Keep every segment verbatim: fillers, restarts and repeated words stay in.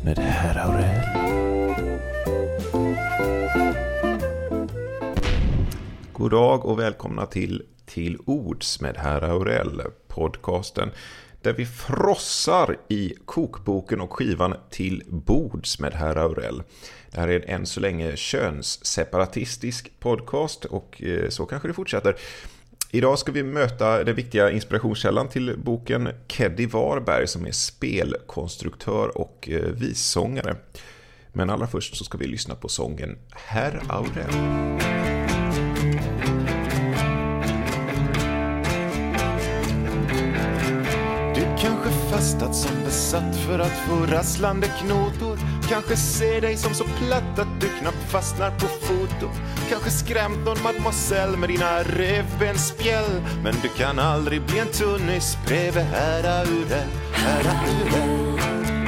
med herr Aurell. God dag och välkomna till Till ords med herr Aurell, podcasten där vi frossar i kokboken och skivan Till bords med herr Aurell. Det här är en än så länge könsseparatistisk podcast och så kanske det fortsätter. Idag ska vi möta den viktiga inspirationskällan till boken, Keddy Warberg, som är spelkonstruktör och vissångare. Men allra först så ska vi lyssna på sången Herr Aurell. Kanske fastat som besatt för att få rasslande knotor. Kanske ser dig som så platt att du knappt fastnar på foto. Kanske skrämt någon mademoiselle med dina revbensspjäll. Men du kan aldrig bli en tunnis bredvid herr Aurell. Herr Aurell.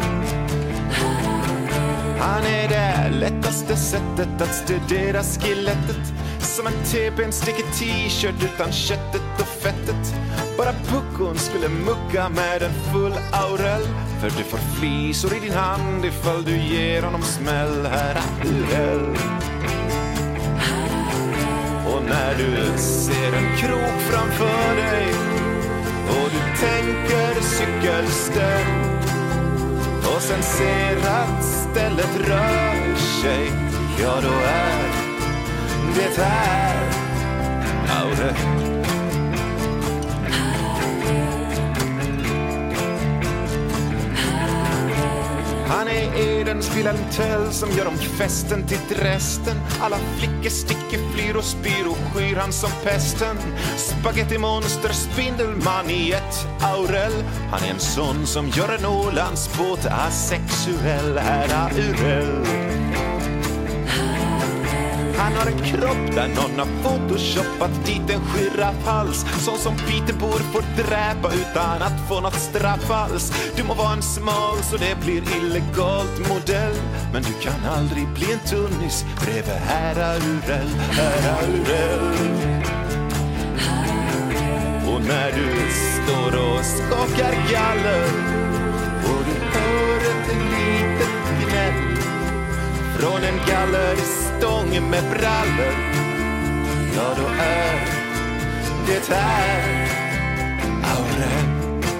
Han är det lättaste sättet att studera skelettet. Som en T-benstickig t-shirt utan köttet och fettet. Bara puckon skulle mucka med en full Aurell. För du får flisor i din hand ifall du ger honom smäll, herr Aurell. Och när du ser en krok framför dig och du tänker cykelstöld och sen ser att stället rör sig, ja då är det här Aurell. Han är Edens lilla lantell som gör om festen till Dresden. Alla flickor sticker, flyr och spyr och skyr han som pesten. Spagettimonster, spindelman i ett Aurell. Han är en sån som gör en Ålandsbåt asexuell, herr Aurell. Han har en kropp där någon har photoshoppat dit en giraffhals. Sån som Peterbor får dräpa utan att få något straff alls. Du må vara en smal så det blir illegalt modell. Men du kan aldrig bli en tunnis bredvid herr Aurell, herr Aurell. Och när du står och skakar galler och du hör ett litet gnäll från en gallerstång med brallor, ja då är det här Aurell.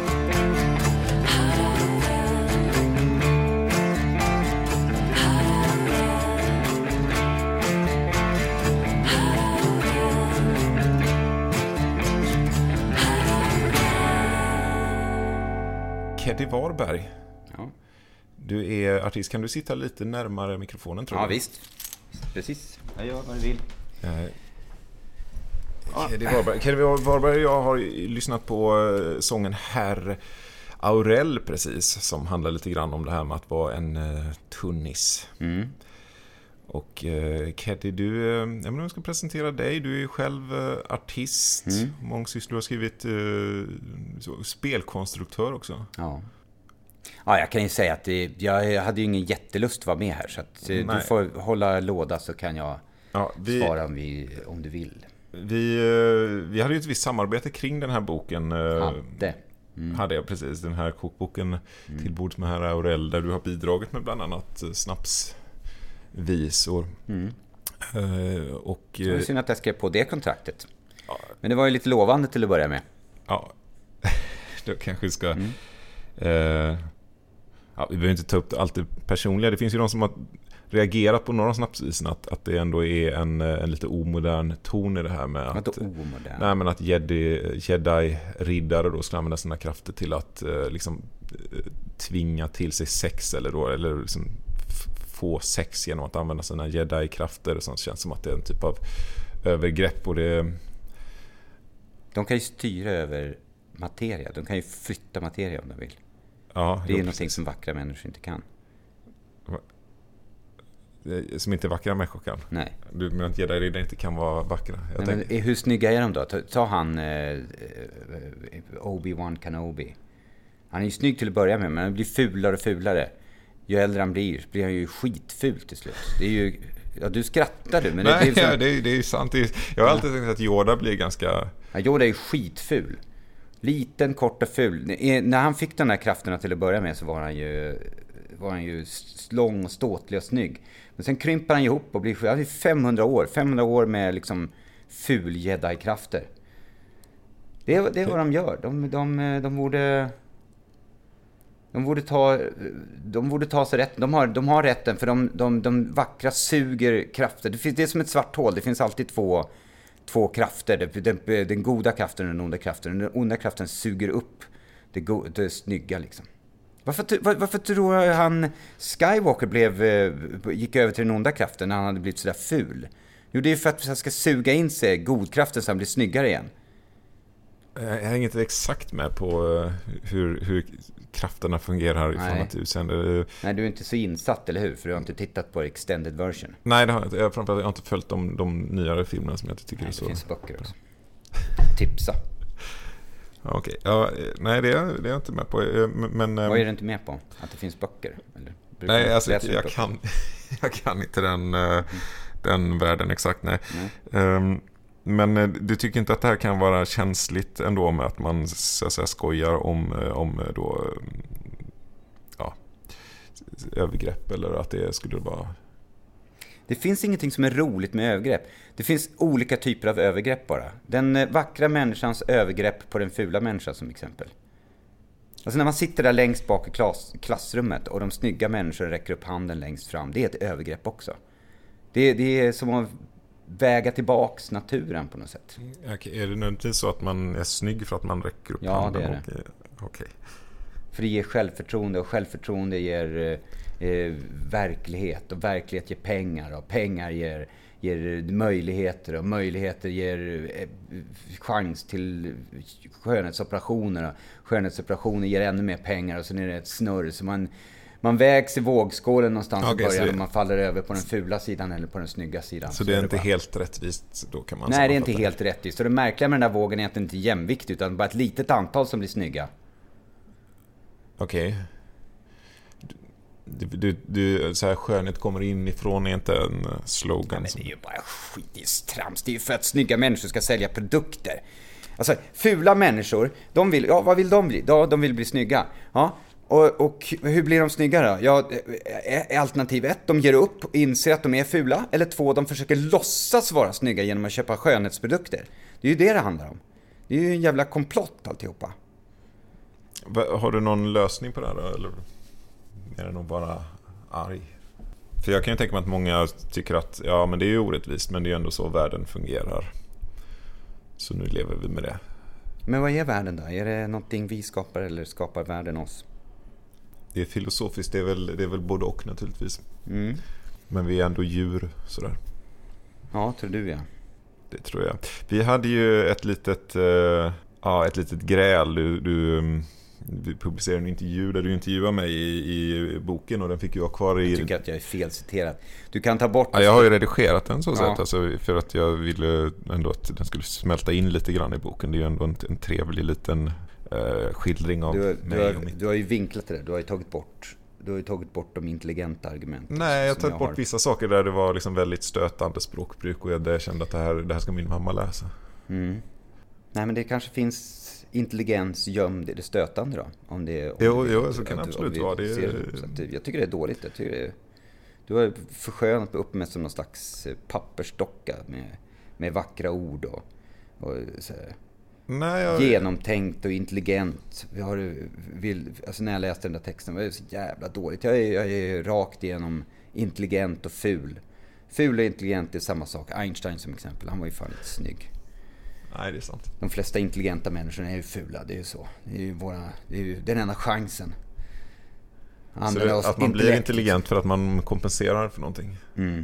Keddy Warberg. Ja. Du är artist, kan du sitta lite närmare mikrofonen, tror Ja, du? visst. Precis. Jag gör vad du vill. Eh, Keddy Warberg. Keddy Warberg och jag har lyssnat på eh, sången Herr Aurell precis, som handlar lite grann om det här med att vara en eh, tunnis. Mm. Och eh, Keddy, du, eh, jag menar, jag ska presentera dig. Du är själv eh, artist, Mm. mångsysslar, du har skrivit eh, så, spelkonstruktör också. Ja. Ja, jag kan ju säga att det, jag hade ju ingen jättelust att vara med här. Så att, eh, du får hålla låda så kan jag ja, vi, svara om, vi, om du vill. Vi, eh, vi hade ju ett visst samarbete kring den här boken. Eh, hade. Mm. Hade jag precis, den här kokboken Mm. Till bords med herr Aurell, där du har bidragit med bland annat snapsvisor. Mm. Eh, och, Det var synd att jag skrev på det kontraktet. Ja. Men det var ju lite lovande till att börja med. Ja, då kanske vi ska... Mm. Eh, ja, vi behöver inte ta upp allt det personliga. Det finns ju de som har reagerat på några snapsvisorna att, att det ändå är en, en lite omodern ton i det här med att... omodern? Nej, men att Jedi, Jedi-riddare då ska använda sina krafter till att eh, liksom tvinga till sig sex eller, då, eller liksom f- få sex genom att använda sina Jedi-krafter, som känns som att det är en typ av övergrepp. Och det... De kan ju styra över materia. De kan ju flytta materia om de vill. Ja, det är jo, någonting precis. som vackra människor inte kan. Som inte vackra människor kan. Nej. Du menar att Jedi-riddare inte kan vara vackra? Jag Nej, tänker... men hur snygga är de då? Ta, ta han eh, Obi-Wan Kenobi. Han är ju snygg till att börja med, men han blir fulare och fulare. Ju äldre han blir, blir han ju skitful till slut. Det är ju... Ja, du skrattar du, men Nej, det, det är ja, så... det, är, det är sant. Det är, jag har alltid tänkt att Yoda blir ganska... Ja, Yoda är ju skitful. Liten, kort och ful. När han fick de här krafterna till att börja med så var han ju var han ju lång och ståtlig och snygg. Men sen krympar han ihop och blir ja, femhundra år. femhundra år med liksom ful Jedi-krafter. Det är, det är vad de gör. De, de, de borde... De borde ta, de borde ta sig rätt. De har, de har rätten för de, de, de vackra suger krafter. Det, finns, det är som ett svart hål. Det finns alltid två, två krafter. Den, den goda kraften och den onda kraften. Den onda kraften suger upp det, go, det snygga liksom. Varför, var, varför tror jag han Skywalker blev, gick över till den onda kraften när han hade blivit sådär ful? Jo, det är för att han ska suga in sig godkraften så han blir snyggare igen. Jag hänger inte exakt med på hur, hur krafterna fungerar ifrån ett utseende. Nej, du är inte så insatt, eller hur? För du har inte tittat på extended version. Nej, det har jag inte. Jag, framförallt, jag har inte följt de, de nyare filmerna som jag inte tycker nej, är så... det finns böcker också. Tipsa. Ja, okej. Ja, nej, det är, det är jag inte med på. Men, vad är du inte med på? Att det finns böcker? Eller nej, alltså, jag, jag, kan, jag kan inte den, mm. den världen exakt, nej. Mm. Um, Men du tycker inte att det här kan vara känsligt ändå med att man så att säga, skojar om, om då, ja, övergrepp eller att det skulle vara... Det finns ingenting som är roligt med övergrepp. Det finns olika typer av övergrepp bara. Den vackra människans övergrepp på den fula människan som exempel. Alltså när man sitter där längst bak i klass, klassrummet och de snygga människorna räcker upp handen längst fram. Det är ett övergrepp också. Det, det är som att väga tillbaks naturen på något sätt. Okej, är det nödvändigtvis så att man är snygg för att man räcker upp ja, handen? Ja, det är det. Okej. Okej. För det ger självförtroende och självförtroende ger eh, verklighet och verklighet ger pengar och pengar ger, ger möjligheter och möjligheter ger eh, chans till skönhetsoperationer och skönhetsoperationer ger ännu mer pengar och så är det ett snurr så man Man vägs i vågskålen någonstans okay, i början och man faller över på den fula sidan eller på den snygga sidan. Så, så det är, är inte bara... helt rättvist då kan man Nej, det är inte helt rättvist. Så det märkliga med den där vågen är egentligen inte jämvikt utan bara ett litet antal som blir snygga. Okej. Okay. Du, du, du, så här skönhet kommer inifrån är inte en slogan. Ja, men som... det är ju bara skit i trams. Det är ju för att snygga människor ska sälja produkter. Alltså, fula människor, de vill, ja, vad vill de bli? Ja, de vill bli snygga. Ja. Och, och hur blir de snyggare? Ja, alternativ ett, de ger upp och inser att de är fula. Eller två, de försöker låtsas vara snygga genom att köpa skönhetsprodukter. Det är ju det det handlar om. Det är ju en jävla komplott alltihopa. Har du någon lösning på det här då? Eller är det nog bara arg? För jag kan ju tänka mig att många tycker att ja, men det är ju orättvist, men det är ju ändå så världen fungerar. Så nu lever vi med det. Men vad är världen då? Är det någonting vi skapar eller skapar världen oss? Det är filosofiskt, det är väl, det är väl både och naturligtvis. Mm. Men vi är ändå djur sådär. Ja, tror du ja. Det tror jag. Vi hade ju ett litet, uh, ja, ett litet gräl. Du, du um, vi publicerade en intervju där du intervjuade mig i, i boken och den fick ju vara kvar i... Jag tycker att jag är felciterad. Du kan ta bort... Ja, jag har ju redigerat den så ja. sätt, alltså, för att jag ville ändå att den skulle smälta in lite grann i boken. Det är ju ändå en, en trevlig liten uh, skildring av du, mig du har, och mitt... Du har ju vinklat det, du har ju tagit bort... Du har ju tagit bort de intelligenta argumenten. Nej, jag har tagit bort har... vissa saker där det var liksom väldigt stötande språkbruk och jag kände att det här, det här ska min mamma läsa. Mm. Nej, men det kanske finns intelligens gömd i det stötande då. Om det, om jo, det, jo, så kan det absolut vara. Det är... så att, jag tycker det är dåligt. Jag tycker det är, du har förskönat upp med som någon slags pappersdocka med, med vackra ord och, och så här. Nej, jag... genomtänkt och intelligent. Vi har, vill, alltså när jag läste den där texten var det så jävla dåligt. Jag är, jag är rakt igenom intelligent och ful. Ful och intelligent är samma sak. Einstein som exempel, han var ju fan lite snygg. Nej, det är sant. De flesta intelligenta människorna är ju fula, det är ju så. Det är ju, våra, det är ju den enda chansen. Så det, att man blir intelligent för att man kompenserar för någonting. Mm.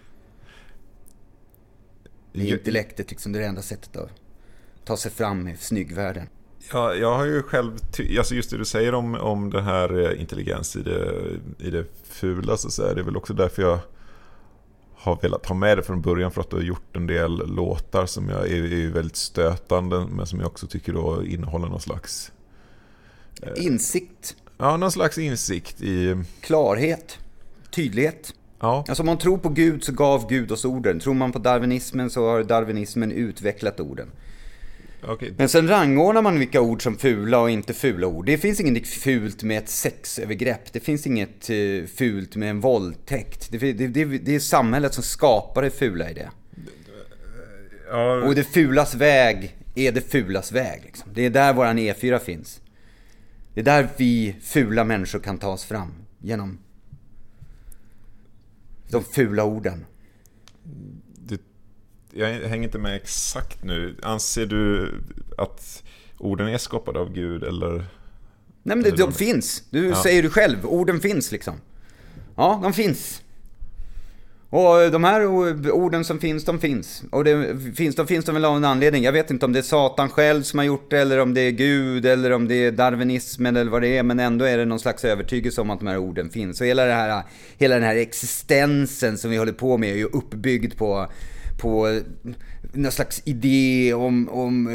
Det intellektet liksom det är det enda sättet att ta sig fram i snyggvärlden. Ja, jag har ju själv, ty- alltså just det du säger om, om det här intelligens i det, i det fula så är det väl också därför jag har velat ha med det från början, för att du har gjort en del låtar som jag är, är väldigt stötande men som jag också tycker då innehåller någon slags eh, insikt. Ja, någon slags insikt i klarhet, tydlighet. Ja. Alltså om man tror på Gud så gav Gud oss orden. Tror man på darwinismen så har darwinismen utvecklat orden. Okay. Men sen rangordnar man vilka ord som fula och inte fula ord. Det finns inget fult med ett sexövergrepp. Det finns inget uh, fult med en våldtäkt. Det, det, det, det är samhället som skapar det fula i det. Ja. Och det fulas väg är det fulas väg. Liksom. Det är där våran E fyra finns. Det är där vi fula människor kan ta oss fram. Genom de fula orden. Det, jag hänger inte med exakt nu. Anser du att orden är skapade av Gud eller? Nej, men det, de finns. Du ja. säger du själv. Orden finns liksom. Ja, de finns. Och de här orden som finns, de finns. Och det finns, de finns de väl av en anledning. Jag vet inte om det är Satan själv som har gjort det, eller om det är Gud, eller om det är darwinismen eller vad det är. Men ändå är det någon slags övertygelse om att de här orden finns. Och hela, det här, hela den här existensen som vi håller på med är ju uppbyggd på, på någon slags idé om, om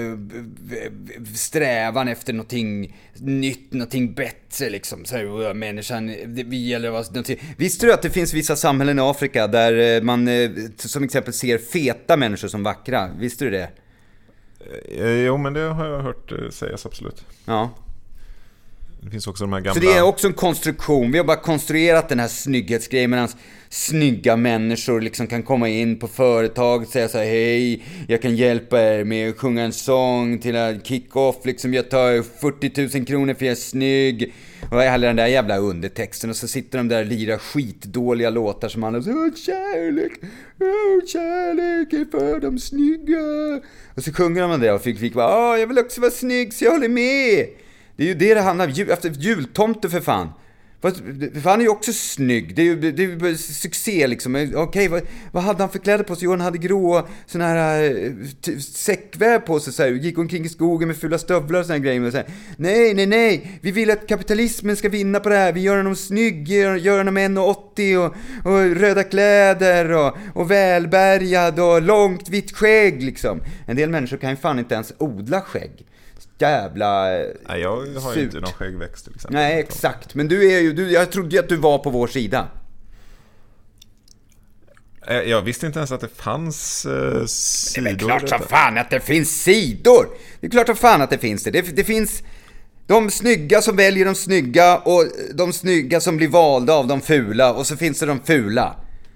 strävan efter någonting nytt, någonting bättre liksom. Så här, människan, det, vi gäller att vara, visst tror jag att det finns vissa samhällen i Afrika där man som exempel ser feta människor som vackra. Visste du det? Jo, men det har jag hört sägas absolut. Ja. Det finns också de här gamla... Så det är också en konstruktion. Vi har bara konstruerat den här snygghetsgrejen medan snygga människor liksom kan komma in på företag och säga så här: hej, jag kan hjälpa er med att sjunga en sång till en kick-off. Liksom, jag tar fyrtio tusen kronor för jag är snygg. Och jag hade den där jävla undertexten. Och så sitter de där och lirar skitdåliga låtar som alla så åh, kärlek, åh, kärlek är för de snygga. Och så sjunger de det och fick, fick bara, åh, jag vill också vara snygg så jag håller med. Det är ju det det handlar om, efter jultomte för fan. För han är ju också snygg. Det är ju, det är ju succé liksom. Okej, okay, vad, vad hade han för kläder på sig? Jo, han hade grå sån här t- säckväv på sig så här. Gick omkring i skogen med fulla stövlar och såna här grejer och så här. Nej, nej, nej. Vi vill att kapitalismen ska vinna på det här. Vi gör honom snygg, gör, gör honom en komma åttio och, och röda kläder och, och välbärgad och långt vitt skägg liksom. En del människor kan ju fan inte ens odla skägg. Jävla Nej, jag har ju inte någon skäggväxt till exempel. Nej, exakt. Men du är ju du, jag trodde att du var på vår sida. Jag visste inte ens att det fanns uh, sidor. Det är klart som fan att det finns sidor. Det är klart som fan att det finns det. Det, det finns de snygga som väljer de snygga och de snygga som blir valda av de fula, och så finns det de fula.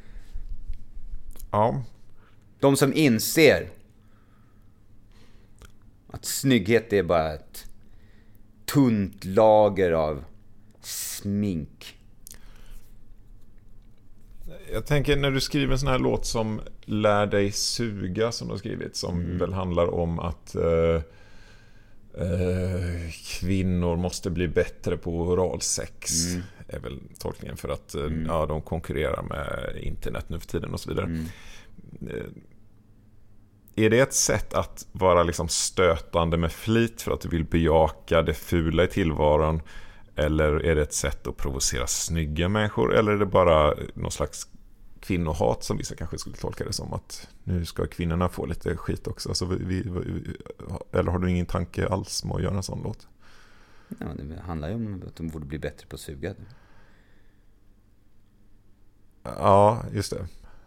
Ja. De som inser att snygghet är bara ett tunt lager av smink. Jag tänker när du skriver en sån här låt som Lär dig suga, som du har skrivit, som mm. väl handlar om att uh, uh, kvinnor måste bli bättre på oralsex. Mm. Är väl tolkningen, för att uh, mm. ja, de konkurrerar med internet nu för tiden och så vidare. Mm. Uh, Är det ett sätt att vara liksom stötande med flit för att du vill bejaka det fula i tillvaron? Eller är det ett sätt att provocera snygga människor? Eller är det bara någon slags kvinnohat som vissa kanske skulle tolka det som, att nu ska kvinnorna få lite skit också? Alltså vi, vi, eller har du ingen tanke alls med att göra en sån låt? Ja, det handlar ju om att de borde bli bättre på att suga. Ja, just det.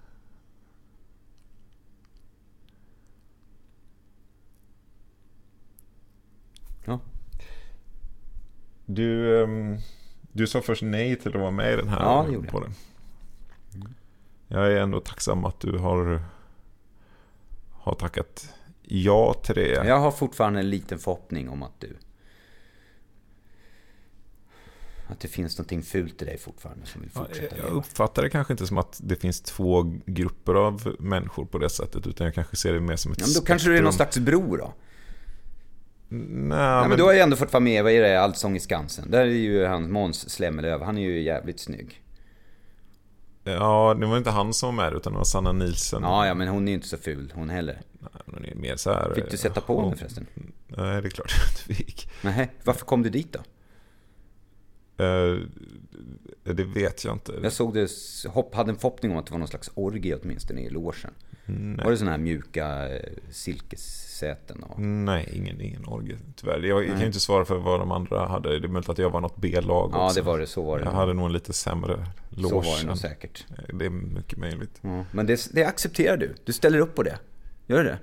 Ja. Du, um, du sa först nej till att vara med i den här ja, det gjorde podden. Mm. Jag är ändå tacksam att du har, har tackat ja till det. Jag har fortfarande en liten förhoppning om att du att det finns någonting fult i dig fortfarande som vill fortsätta. Ja, jag uppfattar det kanske inte som att det finns två grupper av människor på det sättet, utan jag kanske ser det mer som ett ja, men då spektrum. Kanske du är någon slags bro då? Nej, Nej, men, men du har ju ändå fått vara med. Vad är det? Allsång i Skansen. Där är ju han Måns Slemmelöv. Han är ju jävligt snygg. Ja, det var inte han som var med, utan det var Sanna Nilsson. Ja, ja, men hon är ju inte så ful, hon heller. Nej, hon är mer så här. Fick du sätta på henne förresten? Nej, det är klart att du fick. Nej, varför kom du dit då? Uh, det vet jag inte. Jag såg det, hopp, hade en förhoppning om att det var någon slags orgie åtminstone i logen. Nej. Var det såna här mjuka silkessäten? Och... Nej, ingen, ingen orgie tyvärr. Jag, jag kan ju inte svara för vad de andra hade. Det är möjligt att jag var något B-lag ja, också. det var det, så var det. Jag hade nog en lite sämre loge. Så var det nog säkert. Det är mycket möjligt. Ja, men det, det accepterar du. Du ställer upp på det. Gör det?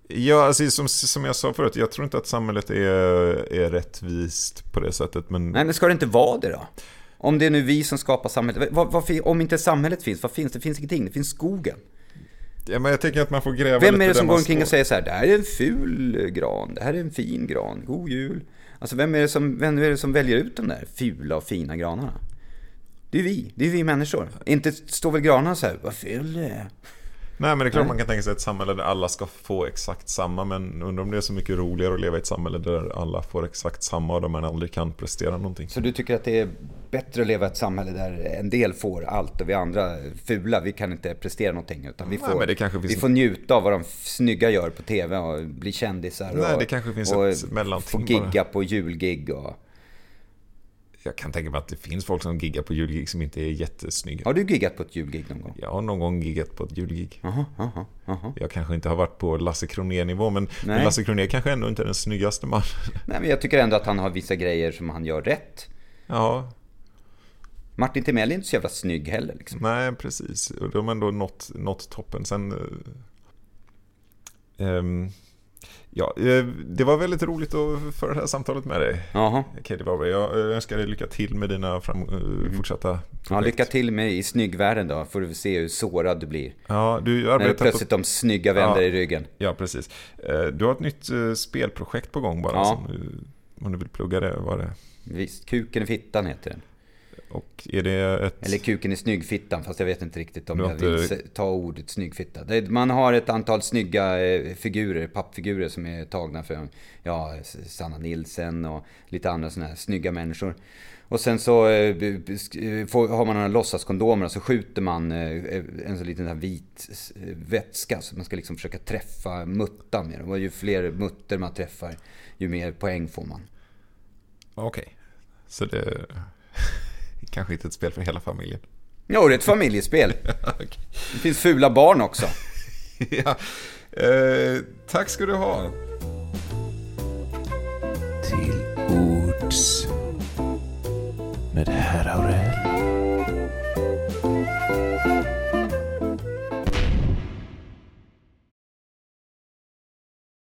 Ja, alltså, som, som jag sa förut, jag tror inte att samhället är, är rättvist på det sättet. Men... Nej, men ska det inte vara det då? Om det är nu vi som skapar samhället. Vad, vad, om inte samhället finns, vad finns det? Det finns ingenting, det finns skogen. Ja, men jag tänker att man får gräva. Vem lite är det som går omkring står... och säger så här: det här är en ful gran, det här är en fin gran, god jul. Alltså vem är det som, vem är det som väljer ut de där fula och fina granarna? Det är vi, det är vi människor. Inte står väl granarna så här: vad ful det är. Nej, men det är klart man kan tänka sig ett samhälle där alla ska få exakt samma. Men undrar om det är så mycket roligare att leva i ett samhälle där alla får exakt samma och där man aldrig kan prestera någonting. Så du tycker att det är bättre att leva i ett samhälle där en del får allt och vi andra fula, vi kan inte prestera någonting, utan vi får, Nej, men det kanske finns vi får njuta av vad de snygga gör på tv och bli kändisar. Nej, och, det kanske finns och ett mellanting få gigga bara. på julgig och... Jag kan tänka mig att det finns folk som giggar på julgig som inte är jättesnygga. Har du giggat på ett julgig någon gång? Jag har någon gång giggat på ett julgig. Aha, aha, aha. Jag kanske inte har varit på Lasse Kronér-nivå, men, men Nej. Lasse Kronér kanske ändå inte är den snyggaste man. Nej, men jag tycker ändå att han har vissa grejer som han gör rätt. Ja, Martin Timell är inte så jävla snygg heller liksom. nej, precis. Och de har ändå nått, nått toppen. Sen... Uh, um, ja, uh, det var väldigt roligt att föra det här samtalet med dig. Jaha. Katie Barber. Jag önskar dig lycka till med dina fram, uh, mm. fortsatta projekt. Ja, lycka till med i snyggvärlden då. Får du se hur sårad du blir. Ja, du När arbetar du plötsligt på... de snygga vänder ja, i ryggen. Ja, precis. Uh, du har ett nytt uh, spelprojekt på gång bara. Ja. Som du, om du vill plugga det, var det... Visst, Kuken i fittan heter den. Och är det ett... Eller Kuken i snyggfittan, fast jag vet inte riktigt om Du jag inte... vill ta ordet snyggfitta. Det, man har ett antal snygga eh, figurer, pappfigurer som är tagna för ja, Sanna Nilsen och lite andra såna här snygga människor. Och sen så eh, får, har man några låtsaskondomer och så skjuter man eh, en så liten här vit vätska så man ska liksom försöka träffa muttan med dem. Och ju fler mutter man träffar, ju mer poäng får man. Okej, okay. Så det... Kanske inte ett spel för hela familjen. Jo, det är ett familjespel. Okay. Det finns fula barn också. Ja. Eh, tack ska du ha. Till ords med herr Aurell.